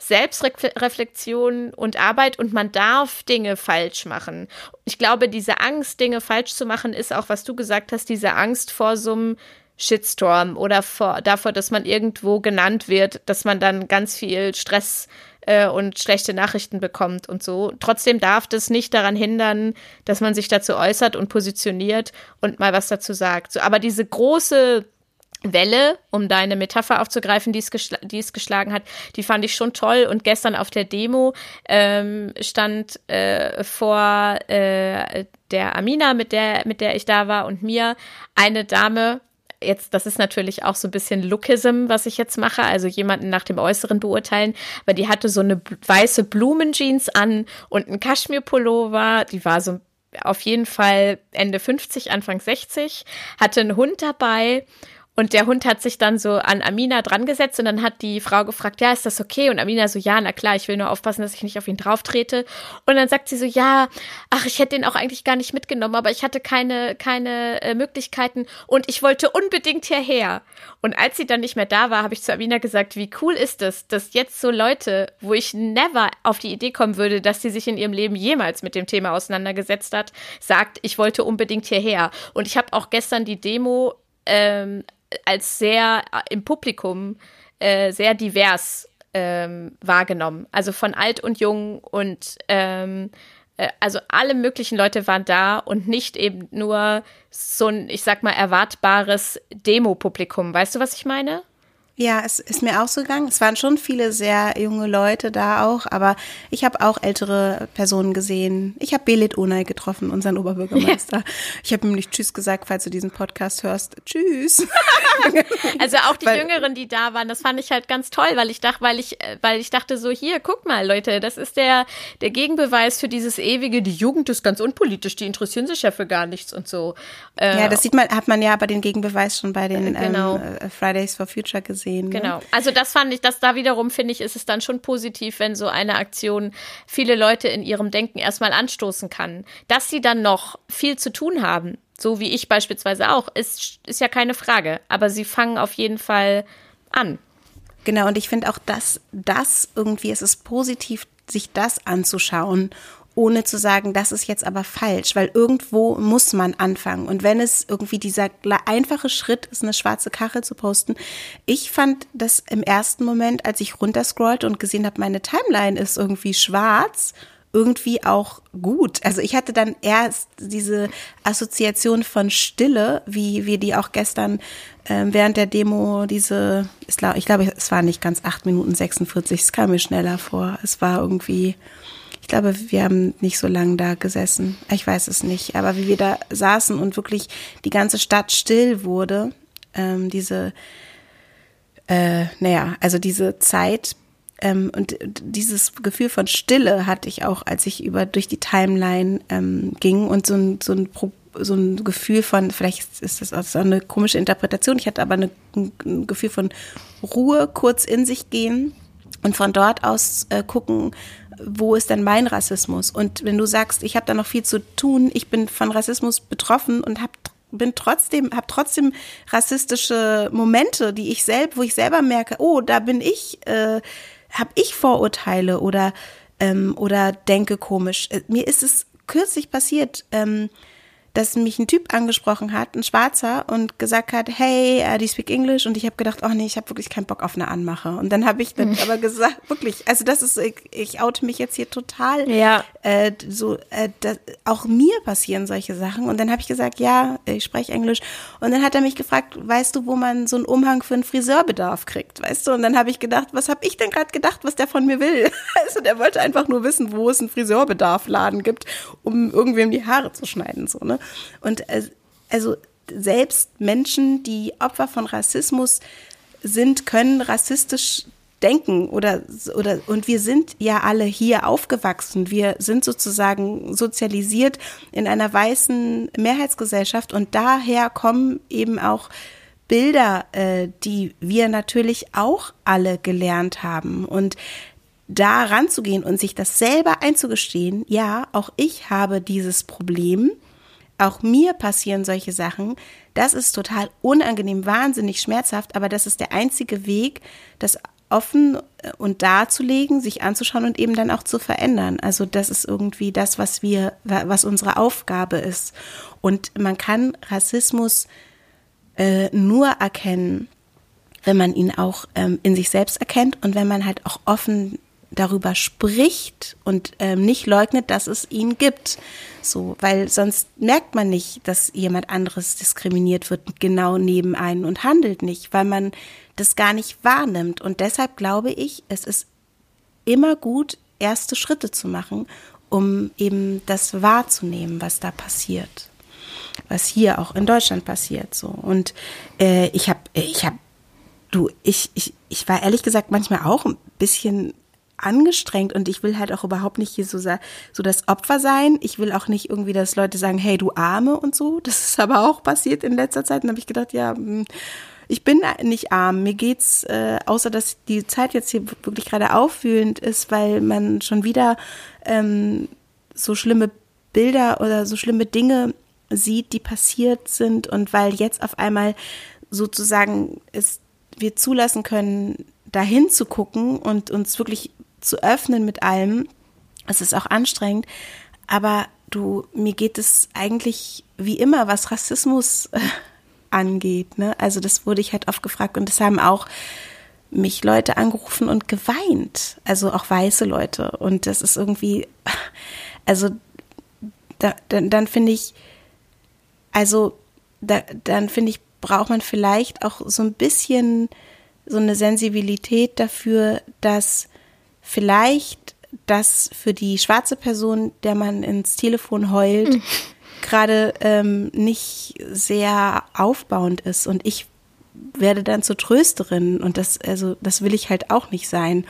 Selbstreflexion und Arbeit und man darf Dinge falsch machen. Ich glaube, diese Angst, Dinge falsch zu machen, ist auch, was du gesagt hast, diese Angst vor so einem Shitstorm oder vor, davor, dass man irgendwo genannt wird, dass man dann ganz viel Stress äh, und schlechte Nachrichten bekommt und so. Trotzdem darf das nicht daran hindern, dass man sich dazu äußert und positioniert und mal was dazu sagt. So, aber diese große Welle, um deine Metapher aufzugreifen, die es, geschl- die es geschlagen hat, die fand ich schon toll. Und gestern auf der Demo ähm, stand äh, vor äh, der Amina, mit der, mit der ich da war, und mir eine Dame. Jetzt, das ist natürlich auch so ein bisschen Lookism, was ich jetzt mache, also jemanden nach dem Äußeren beurteilen, weil die hatte so eine weiße Blumenjeans an und einen Kaschmirpullover, die war so auf jeden Fall Ende fünfzig, Anfang sechzig, hatte einen Hund dabei. Und der Hund hat sich dann so an Amina dran gesetzt und dann hat die Frau gefragt, ja, ist das okay? Und Amina so, ja, na klar, ich will nur aufpassen, dass ich nicht auf ihn drauf trete. Und dann sagt sie so, ja, ach, ich hätte den auch eigentlich gar nicht mitgenommen, aber ich hatte keine keine äh, Möglichkeiten und ich wollte unbedingt hierher. Und als sie dann nicht mehr da war, habe ich zu Amina gesagt, wie cool ist es, dass jetzt so Leute, wo ich never auf die Idee kommen würde, dass sie sich in ihrem Leben jemals mit dem Thema auseinandergesetzt hat, sagt, ich wollte unbedingt hierher. Und ich habe auch gestern die Demo ähm, als sehr im Publikum äh, sehr divers ähm, wahrgenommen. Also von alt und jung und ähm, äh, also alle möglichen Leute waren da und nicht eben nur so ein, ich sag mal, erwartbares Demo-Publikum. Weißt du, was ich meine? Ja, es ist mir auch so gegangen. Es waren schon viele sehr junge Leute da auch, aber ich habe auch ältere Personen gesehen. Ich habe Belit Onay getroffen, unseren Oberbürgermeister. Ja. Ich habe ihm nicht Tschüss gesagt, falls du diesen Podcast hörst. Tschüss. Also auch die weil, Jüngeren, die da waren, das fand ich halt ganz toll, weil ich dachte, weil ich, weil ich dachte so, hier, guck mal, Leute, das ist der, der Gegenbeweis für dieses ewige, die Jugend ist ganz unpolitisch, die interessieren sich ja für gar nichts und so. Äh, ja, das sieht man, hat man ja aber den Gegenbeweis schon bei den genau. ähm, Fridays for Future gesehen. Sehen, genau, ne? Also das fand ich, das da wiederum finde ich, ist es dann schon positiv, wenn so eine Aktion viele Leute in ihrem Denken erstmal anstoßen kann. Dass sie dann noch viel zu tun haben, so wie ich beispielsweise auch, ist, ist ja keine Frage. Aber sie fangen auf jeden Fall an. Genau, und ich finde auch, dass das irgendwie, es ist positiv, sich das anzuschauen, ohne zu sagen, das ist jetzt aber falsch, weil irgendwo muss man anfangen. Und wenn es irgendwie dieser einfache Schritt ist, eine schwarze Kachel zu posten, ich fand das im ersten Moment, als ich runterscrollte und gesehen habe, meine Timeline ist irgendwie schwarz, irgendwie auch gut. Also ich hatte dann erst diese Assoziation von Stille, wie wir die auch gestern äh, während der Demo, diese, ich glaube, es war nicht ganz acht Minuten sechsundvierzig, es kam mir schneller vor. Es war irgendwie... Ich glaube, wir haben nicht so lange da gesessen. Ich weiß es nicht. Aber wie wir da saßen und wirklich die ganze Stadt still wurde, ähm, diese, äh, naja, also diese Zeit ähm, und dieses Gefühl von Stille hatte ich auch, als ich über durch die Timeline ähm, ging und so ein, so ein so ein Gefühl von, vielleicht ist das auch eine komische Interpretation, ich hatte aber eine, ein Gefühl von Ruhe, kurz in sich gehen und von dort aus äh, gucken, wo ist denn mein Rassismus? Und wenn du sagst, ich habe da noch viel zu tun, ich bin von Rassismus betroffen und habe bin trotzdem habe trotzdem rassistische Momente, die ich selbst, wo ich selber merke, oh, da bin ich, äh, habe ich Vorurteile oder ähm, oder denke komisch. Mir ist es kürzlich passiert, ähm, dass mich ein Typ angesprochen hat, ein Schwarzer, und gesagt hat, hey, uh, do you speak English? Und ich habe gedacht, oh nee, ich habe wirklich keinen Bock auf eine Anmache. Und dann habe ich dann aber gesagt, wirklich, also das ist, ich, ich oute mich jetzt hier total. Ja. Äh, so, äh, das, auch mir passieren solche Sachen. Und dann habe ich gesagt, ja, ich spreche Englisch. Und dann hat er mich gefragt, weißt du, wo man so einen Umhang für einen Friseurbedarf kriegt, weißt du? Und dann habe ich gedacht, was habe ich denn gerade gedacht, was der von mir will? Also der wollte einfach nur wissen, wo es einen Friseurbedarfladen gibt, um irgendwem die Haare zu schneiden, so, ne? Und also selbst Menschen, die Opfer von Rassismus sind, können rassistisch denken oder oder und wir sind ja alle hier aufgewachsen. Wir sind sozusagen sozialisiert in einer weißen Mehrheitsgesellschaft und daher kommen eben auch Bilder, äh, die wir natürlich auch alle gelernt haben. Und da ranzugehen und sich das selber einzugestehen, ja, auch ich habe dieses Problem. Auch mir passieren solche Sachen, das ist total unangenehm, wahnsinnig schmerzhaft, aber das ist der einzige Weg, das offen und darzulegen, sich anzuschauen und eben dann auch zu verändern. Also das ist irgendwie das, was wir, was unsere Aufgabe ist. Und man kann Rassismus äh, nur erkennen, wenn man ihn auch ähm, in sich selbst erkennt und wenn man halt auch offen darüber spricht und ähm, nicht leugnet, dass es ihn gibt. So, weil sonst merkt man nicht, dass jemand anderes diskriminiert wird, genau neben einen und handelt nicht, weil man das gar nicht wahrnimmt. Und deshalb glaube ich, es ist immer gut, erste Schritte zu machen, um eben das wahrzunehmen, was da passiert. Was hier auch in Deutschland passiert. So. Und äh, ich habe, ich habe, du, ich, ich, ich war ehrlich gesagt manchmal auch ein bisschen angestrengt und ich will halt auch überhaupt nicht hier so, so das Opfer sein. Ich will auch nicht irgendwie, dass Leute sagen, hey, du Arme und so. Das ist aber auch passiert in letzter Zeit. Und habe ich gedacht, ja, ich bin nicht arm. Mir geht's, äh, außer dass die Zeit jetzt hier wirklich gerade aufwühlend ist, weil man schon wieder ähm, so schlimme Bilder oder so schlimme Dinge sieht, die passiert sind und weil jetzt auf einmal sozusagen es wir zulassen können, dahin zu gucken und uns wirklich zu öffnen mit allem. Es ist auch anstrengend, aber du, mir geht es eigentlich wie immer, was Rassismus äh, angeht, ne? Also das wurde ich halt oft gefragt und das haben auch mich Leute angerufen und geweint, also auch weiße Leute und das ist irgendwie, also da, dann, dann finde ich, also da, dann finde ich, braucht man vielleicht auch so ein bisschen so eine Sensibilität dafür, dass vielleicht das für die schwarze Person, der man ins Telefon heult, mhm. gerade ähm, nicht sehr aufbauend ist. Und ich werde dann zur Trösterin und das, also das will ich halt auch nicht sein.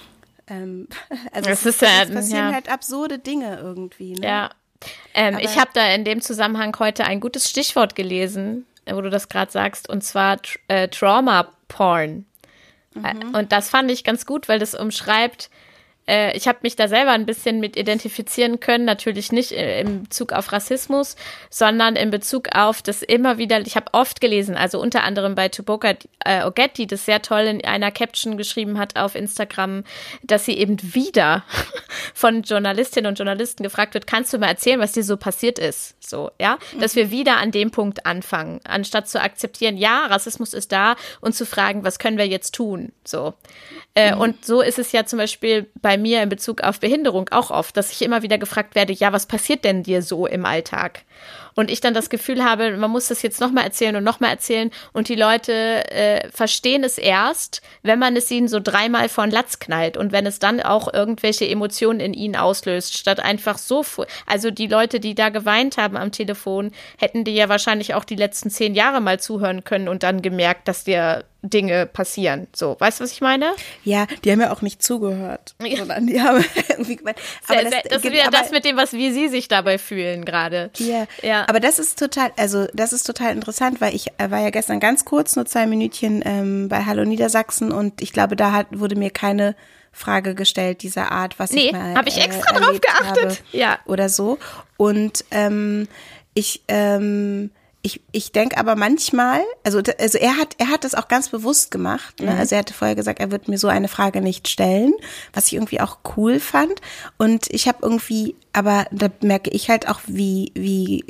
Ähm, also das es, ist ja, es passieren ja. halt absurde Dinge irgendwie. Ne? Ja, ähm, ich habe da in dem Zusammenhang heute ein gutes Stichwort gelesen, wo du das gerade sagst, und zwar äh, Trauma-Porn. Mhm. Und das fand ich ganz gut, weil das umschreibt, äh, ich habe mich da selber ein bisschen mit identifizieren können, natürlich nicht in Bezug auf Rassismus, sondern in Bezug auf das immer wieder, ich habe oft gelesen, also unter anderem bei Tuboka äh, Oget, die das sehr toll in einer Caption geschrieben hat auf Instagram, dass sie eben wieder von Journalistinnen und Journalisten gefragt wird, kannst du mal erzählen, was dir so passiert ist? So, ja, mhm. dass wir wieder an dem Punkt anfangen, anstatt zu akzeptieren, ja, Rassismus ist da und zu fragen, was können wir jetzt tun? So. Äh, mhm. Und so ist es ja zum Beispiel bei mir in Bezug auf Behinderung auch oft, dass ich immer wieder gefragt werde, ja, was passiert denn dir so im Alltag? Und ich dann das Gefühl habe, man muss das jetzt nochmal erzählen und nochmal erzählen und die Leute äh, verstehen es erst, wenn man es ihnen so dreimal vor den Latz knallt und wenn es dann auch irgendwelche Emotionen in ihnen auslöst, statt einfach so, also die Leute, die da geweint haben am Telefon, hätten dir ja wahrscheinlich auch die letzten zehn Jahre mal zuhören können und dann gemerkt, dass dir Dinge passieren. So, weißt du, was ich meine? Ja, die haben ja auch nicht zugehört, ja. sondern die haben irgendwie gemeint. Aber das, das ist wieder aber, das mit dem, was wie sie sich dabei fühlen gerade. Ja, ja. Aber das ist total, also das ist total interessant, weil ich war ja gestern ganz kurz, nur zwei Minütchen ähm, bei Hallo Niedersachsen und ich glaube, da hat, wurde mir keine Frage gestellt dieser Art, was nee, ich mal habe ich extra äh, drauf geachtet. Habe ja. Oder so. Und ähm, ich ähm, Ich, ich denke aber manchmal, also, also er hat, er hat das auch ganz bewusst gemacht. Ne? Mhm. Also er hatte vorher gesagt, er wird mir so eine Frage nicht stellen, was ich irgendwie auch cool fand. Und ich habe irgendwie, aber da merke ich halt auch, wie, wie,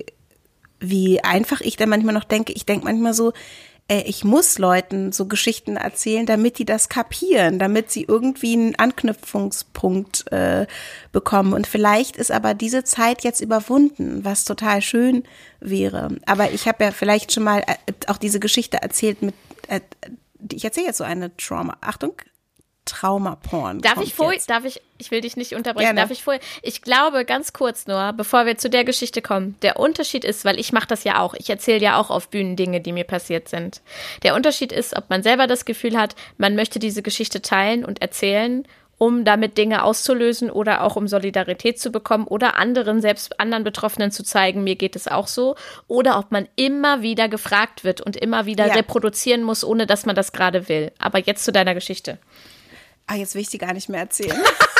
wie einfach ich dann manchmal noch denke. Ich denke manchmal so, äh, ich muss Leuten so Geschichten erzählen, damit die das kapieren, damit sie irgendwie einen Anknüpfungspunkt äh, bekommen. Und vielleicht ist aber diese Zeit jetzt überwunden, was total schön wäre. Aber ich habe ja vielleicht schon mal äh, auch diese Geschichte erzählt mit, äh, ich erzähle jetzt so eine Trauma, Achtung, Traumaporn. Darf ich vorher, darf ich, ich will dich nicht unterbrechen, Gerne. darf ich vorher, ich glaube ganz kurz nur, bevor wir zu der Geschichte kommen, der Unterschied ist, weil ich mache das ja auch, ich erzähle ja auch auf Bühnen Dinge, die mir passiert sind. Der Unterschied ist, ob man selber das Gefühl hat, man möchte diese Geschichte teilen und erzählen, um damit Dinge auszulösen oder auch um Solidarität zu bekommen oder anderen, selbst anderen Betroffenen zu zeigen, mir geht es auch so. Oder ob man immer wieder gefragt wird und immer wieder ja. reproduzieren muss, ohne dass man das gerade will. Aber jetzt zu deiner Geschichte. Ah, jetzt will ich die gar nicht mehr erzählen.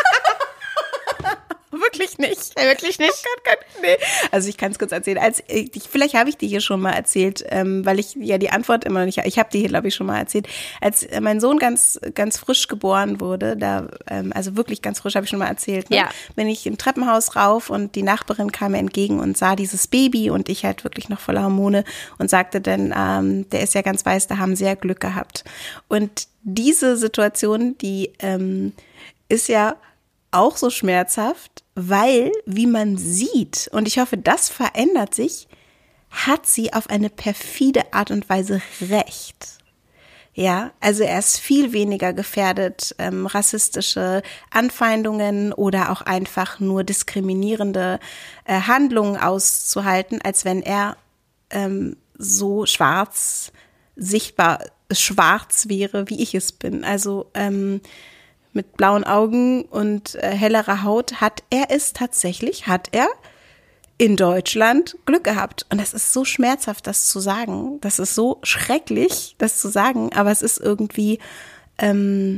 Wirklich nicht. Ja, wirklich nicht? Oh Gott, Gott, nee. Also ich kann es kurz erzählen. Als ich, vielleicht habe ich die hier schon mal erzählt, ähm, weil ich ja die Antwort immer noch nicht, ich habe die hier, glaube ich, schon mal erzählt. Als äh, mein Sohn ganz ganz frisch geboren wurde, da ähm, also wirklich ganz frisch, habe ich schon mal erzählt, ne? Ja. Bin ich im Treppenhaus rauf und die Nachbarin kam mir entgegen und sah dieses Baby und ich halt wirklich noch voller Hormone und sagte dann, ähm, der ist ja ganz weiß, da haben sie ja Glück gehabt. Und diese Situation, die ähm, ist ja auch so schmerzhaft, weil, wie man sieht, und ich hoffe, das verändert sich, hat sie auf eine perfide Art und Weise recht. Ja, also er ist viel weniger gefährdet, ähm, rassistische Anfeindungen oder auch einfach nur diskriminierende äh, Handlungen auszuhalten, als wenn er ähm, so schwarz, sichtbar schwarz wäre, wie ich es bin. Also ähm, mit blauen Augen und äh, hellerer Haut, hat er es tatsächlich, hat er in Deutschland Glück gehabt. Und das ist so schmerzhaft, das zu sagen. Das ist so schrecklich, das zu sagen, aber es ist irgendwie ähm,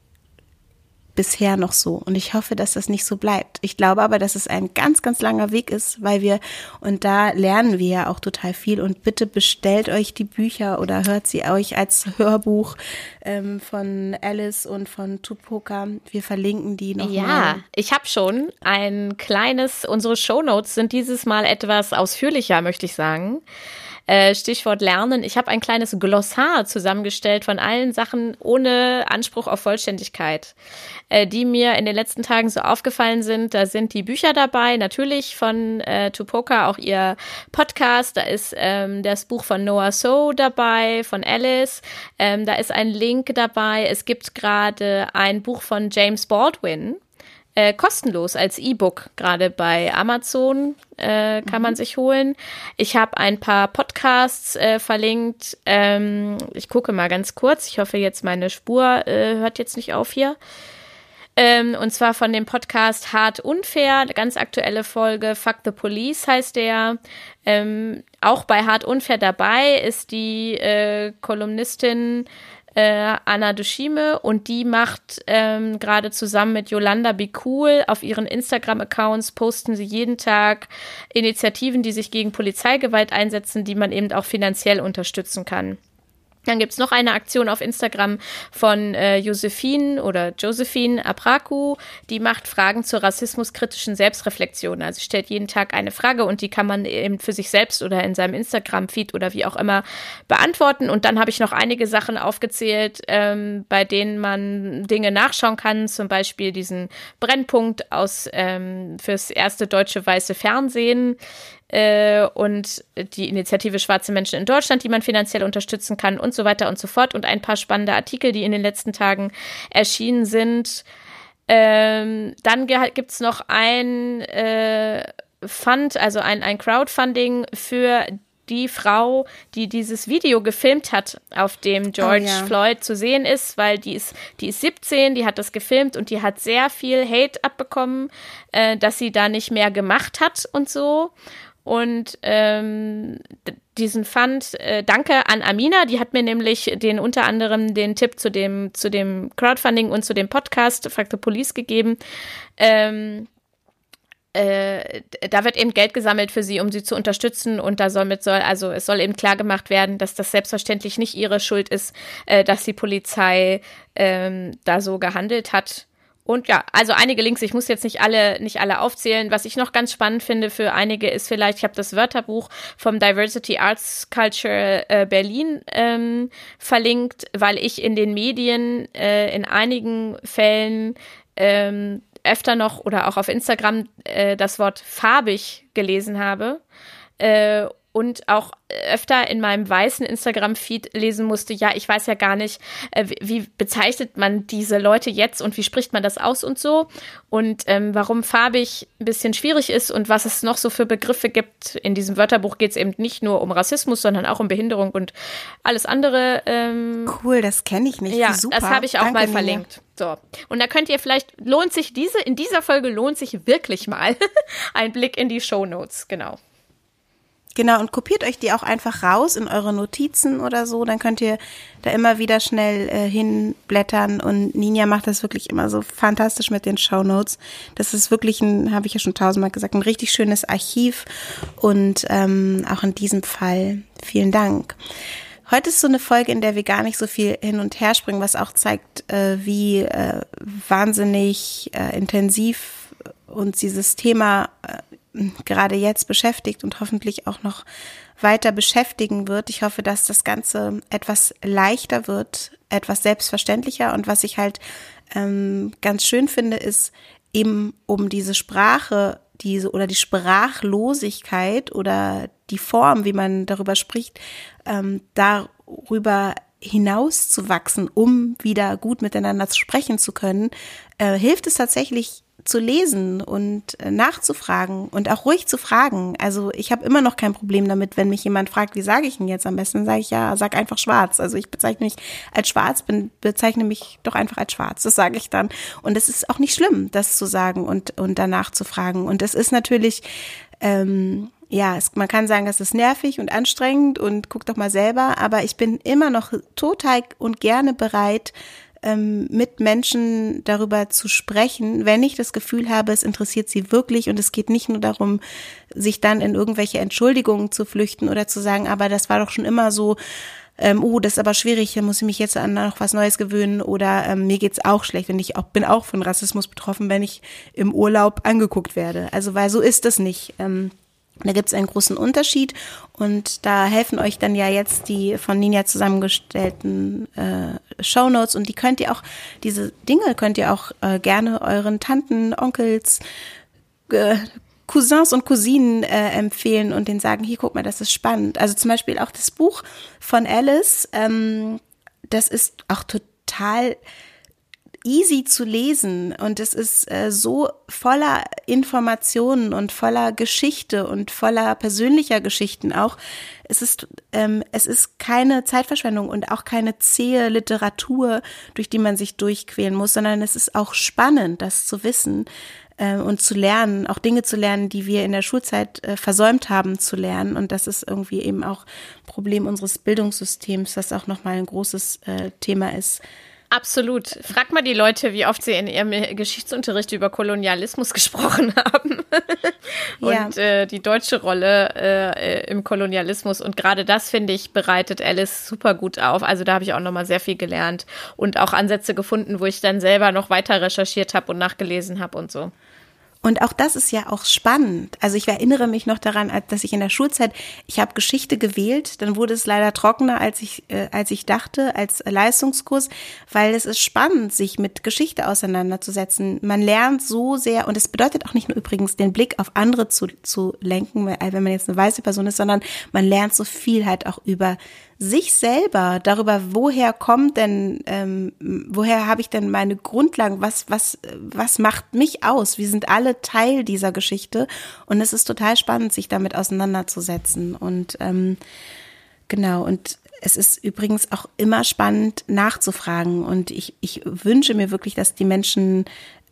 bisher noch so. Und ich hoffe, dass das nicht so bleibt. Ich glaube aber, dass es ein ganz, ganz langer Weg ist, weil wir, und da lernen wir ja auch total viel. Und bitte bestellt euch die Bücher oder hört sie euch als Hörbuch ähm, von Alice und von Tupoka. Wir verlinken die noch Ja, mal. ich habe schon ein kleines, unsere Shownotes sind dieses Mal etwas ausführlicher, möchte ich sagen. Stichwort Lernen. Ich habe ein kleines Glossar zusammengestellt von allen Sachen ohne Anspruch auf Vollständigkeit, die mir in den letzten Tagen so aufgefallen sind. Da sind die Bücher dabei, natürlich von äh, Tupoka, auch ihr Podcast. Da ist ähm, das Buch von Noah So dabei, von Alice. Ähm, da ist ein Link dabei. Es gibt gerade ein Buch von James Baldwin. Äh, kostenlos als E-Book, gerade bei Amazon äh, kann mhm. man sich holen. Ich habe ein paar Podcasts äh, verlinkt. Ähm, ich gucke mal ganz kurz. Ich hoffe jetzt, meine Spur äh, hört jetzt nicht auf hier. Ähm, und zwar von dem Podcast Hart Unfair, eine ganz aktuelle Folge. Fuck the Police heißt der. Ähm, auch bei Hart Unfair dabei ist die äh, Kolumnistin Äh, Anna Dushime, und die macht ähm, gerade zusammen mit Yolanda Be Cool auf ihren Instagram-Accounts, posten sie jeden Tag Initiativen, die sich gegen Polizeigewalt einsetzen, die man eben auch finanziell unterstützen kann. Dann gibt's noch eine Aktion auf Instagram von äh, Josephine oder Josephine Abraku, die macht Fragen zur rassismuskritischen Selbstreflexion. Also stellt jeden Tag eine Frage und die kann man eben für sich selbst oder in seinem Instagram-Feed oder wie auch immer beantworten. Und dann habe ich noch einige Sachen aufgezählt, ähm, bei denen man Dinge nachschauen kann, zum Beispiel diesen Brennpunkt aus ähm, fürs erste deutsche weiße Fernsehen, Äh, und die Initiative Schwarze Menschen in Deutschland, die man finanziell unterstützen kann und so weiter und so fort, und ein paar spannende Artikel, die in den letzten Tagen erschienen sind. Ähm, dann ge- gibt's noch ein äh, Fund, also ein, ein Crowdfunding für die Frau, die dieses Video gefilmt hat, auf dem George oh, ja. Floyd zu sehen ist, weil die ist, die ist siebzehn, die hat das gefilmt und die hat sehr viel Hate abbekommen, äh, dass sie da nicht mehr gemacht hat und so. Und ähm, diesen Fund, äh, danke an Amina, die hat mir nämlich den unter anderem den Tipp zu dem zu dem Crowdfunding und zu dem Podcast Fuck the Police gegeben. Ähm, äh, da wird eben Geld gesammelt für sie, um sie zu unterstützen, und da soll mit soll also es soll eben klar gemacht werden, dass das selbstverständlich nicht ihre Schuld ist, äh, dass die Polizei ähm, da so gehandelt hat. Und ja, also einige Links, ich muss jetzt nicht alle nicht alle aufzählen. Was ich noch ganz spannend finde für einige ist vielleicht, ich habe das Wörterbuch vom Diversity Arts Culture äh, Berlin ähm, verlinkt, weil ich in den Medien äh, in einigen Fällen ähm, öfter noch oder auch auf Instagram äh, das Wort farbig gelesen habe. Äh, und auch öfter in meinem weißen Instagram-Feed lesen musste, ja, ich weiß ja gar nicht, äh, wie, wie bezeichnet man diese Leute jetzt und wie spricht man das aus und so, und ähm, warum farbig ein bisschen schwierig ist und was es noch so für Begriffe gibt. In diesem Wörterbuch geht es eben nicht nur um Rassismus, sondern auch um Behinderung und alles andere. Ähm, cool, das kenne ich nicht. Ja, super. Das habe ich auch Danke, mal Nina. verlinkt. So. Und da könnt ihr vielleicht, lohnt sich diese, in dieser Folge lohnt sich wirklich mal ein Blick in die Shownotes, genau. Genau, und kopiert euch die auch einfach raus in eure Notizen oder so, dann könnt ihr da immer wieder schnell äh, hinblättern, und Ninja macht das wirklich immer so fantastisch mit den Shownotes. Das ist wirklich ein, habe ich ja schon tausendmal gesagt, ein richtig schönes Archiv, und ähm, auch in diesem Fall vielen Dank. Heute ist so eine Folge, in der wir gar nicht so viel hin und her springen, was auch zeigt, äh, wie äh, wahnsinnig äh, intensiv uns dieses Thema äh, gerade jetzt beschäftigt und hoffentlich auch noch weiter beschäftigen wird. Ich hoffe, dass das Ganze etwas leichter wird, etwas selbstverständlicher, und was ich halt ähm, ganz schön finde, ist eben um diese Sprache, diese oder die Sprachlosigkeit oder die Form, wie man darüber spricht, ähm, darüber hinauszuwachsen, um wieder gut miteinander sprechen zu können, äh, hilft es tatsächlich zu lesen und äh, nachzufragen und auch ruhig zu fragen. Also ich habe immer noch kein Problem damit, wenn mich jemand fragt, wie sage ich ihn jetzt am besten, sage ich ja, sag einfach schwarz. Also ich bezeichne mich als schwarz, bin, bezeichne mich doch einfach als schwarz, das sage ich dann. Und es ist auch nicht schlimm, das zu sagen und, und danach zu fragen. Und es ist natürlich, ähm, ja, es, man kann sagen, es ist nervig und anstrengend und guck doch mal selber, aber ich bin immer noch total und gerne bereit, mit Menschen darüber zu sprechen, wenn ich das Gefühl habe, es interessiert sie wirklich und es geht nicht nur darum, sich dann in irgendwelche Entschuldigungen zu flüchten oder zu sagen, aber das war doch schon immer so, ähm, oh, das ist aber schwierig, da muss ich mich jetzt an noch was Neues gewöhnen oder ähm, mir geht's auch schlecht und ich auch, bin auch von Rassismus betroffen, wenn ich im Urlaub angeguckt werde. Also weil so ist das nicht. Ähm, Da gibt es einen großen Unterschied und da helfen euch dann ja jetzt die von Ninja zusammengestellten äh, Shownotes und die könnt ihr auch, diese Dinge könnt ihr auch äh, gerne euren Tanten, Onkels, äh, Cousins und Cousinen äh, empfehlen und denen sagen, hier, guck mal, das ist spannend. Also zum Beispiel auch das Buch von Alice, ähm, das ist auch total easy zu lesen und es ist äh, so voller Informationen und voller Geschichte und voller persönlicher Geschichten auch. Es ist ähm, es ist keine Zeitverschwendung und auch keine zähe Literatur, durch die man sich durchquälen muss, sondern es ist auch spannend, das zu wissen äh, und zu lernen, auch Dinge zu lernen, die wir in der Schulzeit äh, versäumt haben zu lernen. Und das ist irgendwie eben auch ein Problem unseres Bildungssystems, das auch nochmal ein großes äh, Thema ist. Absolut. Frag mal die Leute, wie oft sie in ihrem Geschichtsunterricht über Kolonialismus gesprochen haben und ja. äh, die deutsche Rolle äh, im Kolonialismus. Und gerade das, finde ich, bereitet Alice super gut auf. Also da habe ich auch nochmal sehr viel gelernt und auch Ansätze gefunden, wo ich dann selber noch weiter recherchiert habe und nachgelesen habe und so. Und auch das ist ja auch spannend. Also ich erinnere mich noch daran, dass ich in der Schulzeit, ich habe Geschichte gewählt, dann wurde es leider trockener, als ich äh, als ich dachte, als Leistungskurs, weil es ist spannend, sich mit Geschichte auseinanderzusetzen. Man lernt so sehr, und es bedeutet auch nicht nur übrigens, den Blick auf andere zu, zu lenken, wenn man jetzt eine weiße Person ist, sondern man lernt so viel halt auch über sich selber, darüber, woher kommt denn, ähm, woher habe ich denn meine Grundlagen, was, was, was macht mich aus? Wir sind alle Teil dieser Geschichte und es ist total spannend, sich damit auseinanderzusetzen und ähm, genau, und es ist übrigens auch immer spannend nachzufragen und ich, ich wünsche mir wirklich, dass die Menschen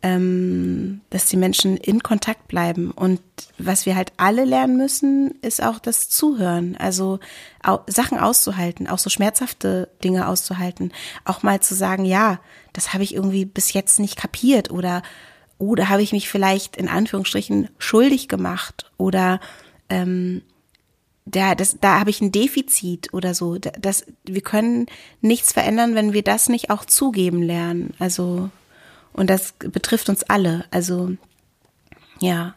Ähm, dass die Menschen in Kontakt bleiben. Und was wir halt alle lernen müssen, ist auch das Zuhören. Also auch Sachen auszuhalten, auch so schmerzhafte Dinge auszuhalten. Auch mal zu sagen, ja, das habe ich irgendwie bis jetzt nicht kapiert oder oh, da habe ich mich vielleicht in Anführungsstrichen schuldig gemacht oder ähm, da, das, da habe ich ein Defizit oder so. Das, wir können nichts verändern, wenn wir das nicht auch zugeben lernen. Also und das betrifft uns alle. Also, ja.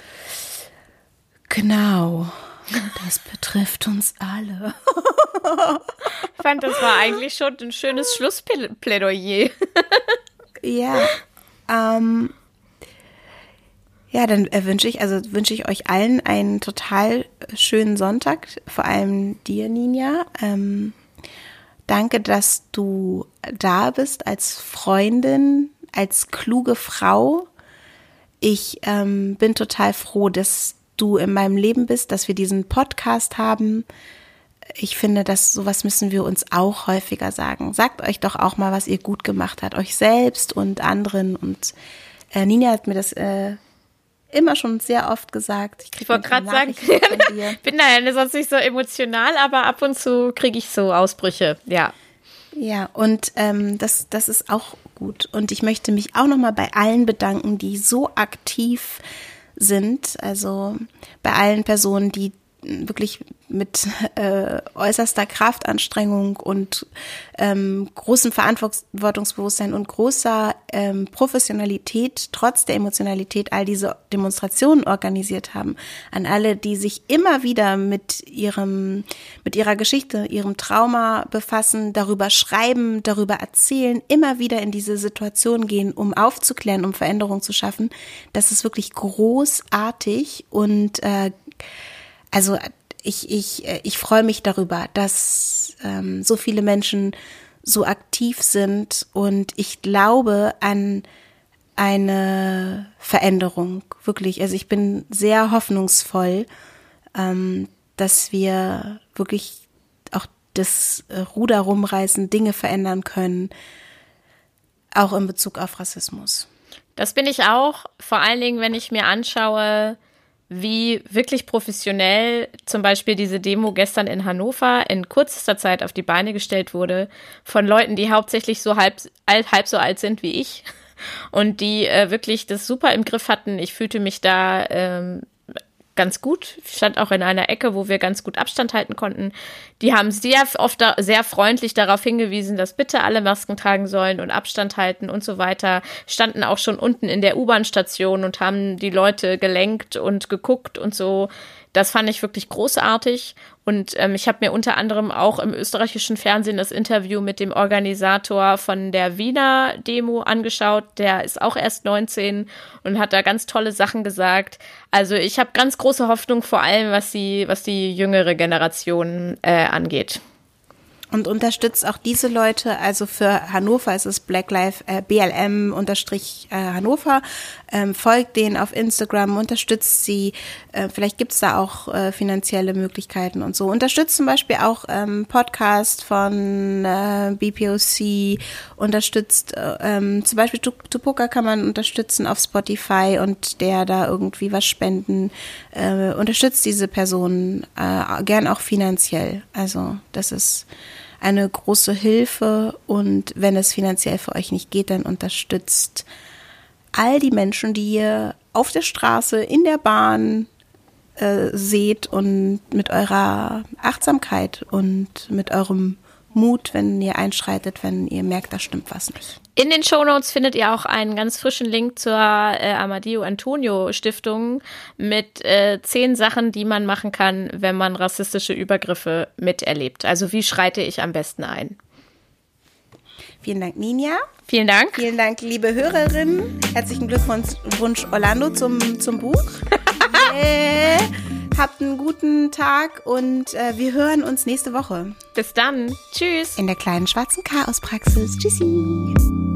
Genau. Das betrifft uns alle. Ich fand, das war eigentlich schon ein schönes Schlussplädoyer. Ja. Ähm, ja, dann äh, wünsche ich, also wünsche ich euch allen einen total schönen Sonntag. Vor allem dir, Ninja. Ähm, danke, dass du da bist als Freundin, als kluge Frau. Ich ähm, bin total froh, dass du in meinem Leben bist, dass wir diesen Podcast haben. Ich finde, dass sowas müssen wir uns auch häufiger sagen. Sagt euch doch auch mal, was ihr gut gemacht habt, euch selbst und anderen. Und äh, Nina hat mir das äh, immer schon sehr oft gesagt. Ich, ich wollte gerade sagen, ich bin da ja sonst nicht so emotional, aber ab und zu kriege ich so Ausbrüche, ja. Ja, und ähm, das, das ist auch gut. Und ich möchte mich auch nochmal bei allen bedanken, die so aktiv sind. Also bei allen Personen, die wirklich mit äh, äußerster Kraftanstrengung und ähm, großem Verantwortungsbewusstsein und großer ähm, Professionalität, trotz der Emotionalität, all diese Demonstrationen organisiert haben. An alle, die sich immer wieder mit ihrem, mit ihrer Geschichte, ihrem Trauma befassen, darüber schreiben, darüber erzählen, immer wieder in diese Situation gehen, um aufzuklären, um Veränderung zu schaffen. Das ist wirklich großartig und äh, Also ich ich ich freue mich darüber, dass ähm, so viele Menschen so aktiv sind und ich glaube an eine Veränderung, wirklich. Also ich bin sehr hoffnungsvoll, ähm, dass wir wirklich auch das Ruder rumreißen, Dinge verändern können, auch in Bezug auf Rassismus. Das bin ich auch, vor allen Dingen, wenn ich mir anschaue, wie wirklich professionell zum Beispiel diese Demo gestern in Hannover in kürzester Zeit auf die Beine gestellt wurde, von Leuten, die hauptsächlich so halb, halb so alt sind wie ich und die äh, wirklich das super im Griff hatten. Ich fühlte mich da ähm, ganz gut, ich stand auch in einer Ecke, wo wir ganz gut Abstand halten konnten. Die haben sehr oft da, sehr freundlich darauf hingewiesen, dass bitte alle Masken tragen sollen und Abstand halten und so weiter. Standen auch schon unten in der U-Bahn-Station und haben die Leute gelenkt und geguckt und so. Das fand ich wirklich großartig. Und ähm, ich habe mir unter anderem auch im österreichischen Fernsehen das Interview mit dem Organisator von der Wiener Demo angeschaut. Der ist auch erst neunzehn und hat da ganz tolle Sachen gesagt. Also ich habe ganz große Hoffnung, vor allem was die, was die jüngere Generation äh, angeht. Und unterstützt auch diese Leute, also für Hannover ist es Black Lives äh, B L M unterstrich äh, Hannover, ähm, folgt denen auf Instagram, unterstützt sie, äh, vielleicht gibt's da auch äh, finanzielle Möglichkeiten und so. Unterstützt zum Beispiel auch ähm, Podcast von äh, B P O C, unterstützt äh, ähm, zum Beispiel Tupoka kann man unterstützen auf Spotify und der da irgendwie was spenden, äh, unterstützt diese Personen äh, gern auch finanziell. Also das ist eine große Hilfe und wenn es finanziell für euch nicht geht, dann unterstützt all die Menschen, die ihr auf der Straße, in der Bahn äh, seht und mit eurer Achtsamkeit und mit eurem Mut, wenn ihr einschreitet, wenn ihr merkt, da stimmt was nicht. In den Shownotes findet ihr auch einen ganz frischen Link zur äh, Amadeo Antonio Stiftung mit äh, zehn Sachen, die man machen kann, wenn man rassistische Übergriffe miterlebt. Also wie schreite ich am besten ein? Vielen Dank, Ninja. Vielen Dank. Vielen Dank, liebe Hörerinnen. Herzlichen Glückwunsch, Orlando, zum, zum Buch. yeah. Habt einen guten Tag und äh, wir hören uns nächste Woche. Bis dann. Tschüss. In der kleinen schwarzen Chaospraxis. Tschüssi.